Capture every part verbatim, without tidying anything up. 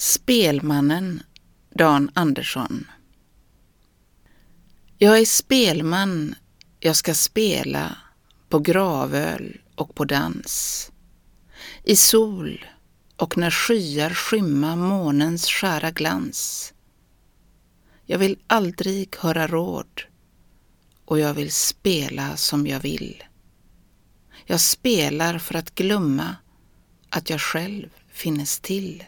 Spelmannen Dan Andersson. Jag är spelman, jag ska spela på gravöl och på dans, i sol och när skyar skymma månens skära glans. Jag vill aldrig höra råd och jag vill spela som jag vill. Jag spelar för att glömma att jag själv finnes till.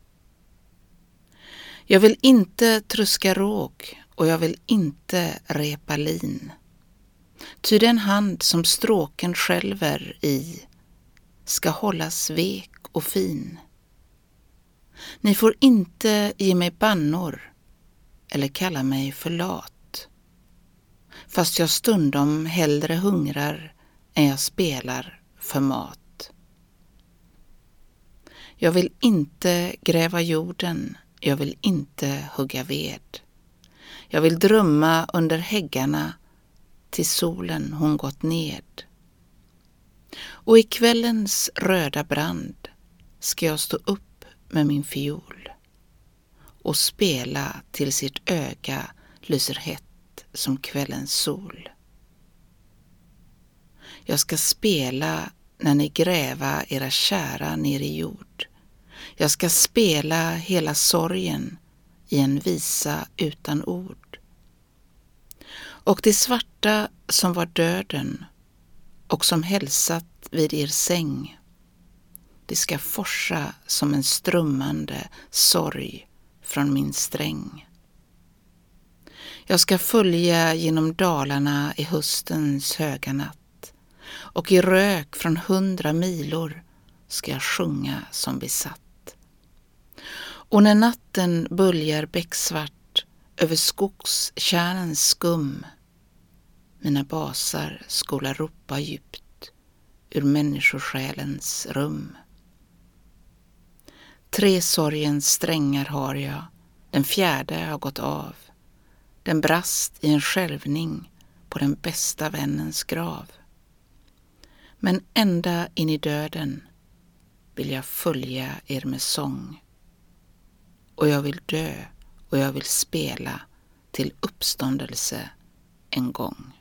Jag vill inte truska råg och jag vill inte repa lin. Ty den hand som stråken skälver i ska hållas vek och fin. Ni får inte ge mig bannor eller kalla mig för lat, fast jag stundom hellre hungrar än jag spelar för mat. Jag vill inte gräva jorden, jag vill inte hugga ved. Jag vill drömma under häggarna till solen hon gått ned. Och i kvällens röda brand ska jag stå upp med min fiol och spela till sitt öga lyser hett som kvällens sol. Jag ska spela när ni gräva era kära ner i jord. Jag ska spela hela sorgen i en visa utan ord. Och det svarta som var döden och som hälsat vid er säng, det ska forsa som en strömmande sorg från min sträng. Jag ska följa genom dalarna i höstens höga natt, och i rök från hundra milor ska jag sjunga som besatt. Och när natten böljar becksvart över skogskärnens skum, mina basar skola ropa djupt ur människosjälens rum. Tre sorgens strängar har jag, den fjärde har gått av. Den brast i en skälvning på den bästa vännens grav. Men ända in i döden vill jag följa er med sång. Och jag vill dö och jag vill spela till uppståndelse en gång.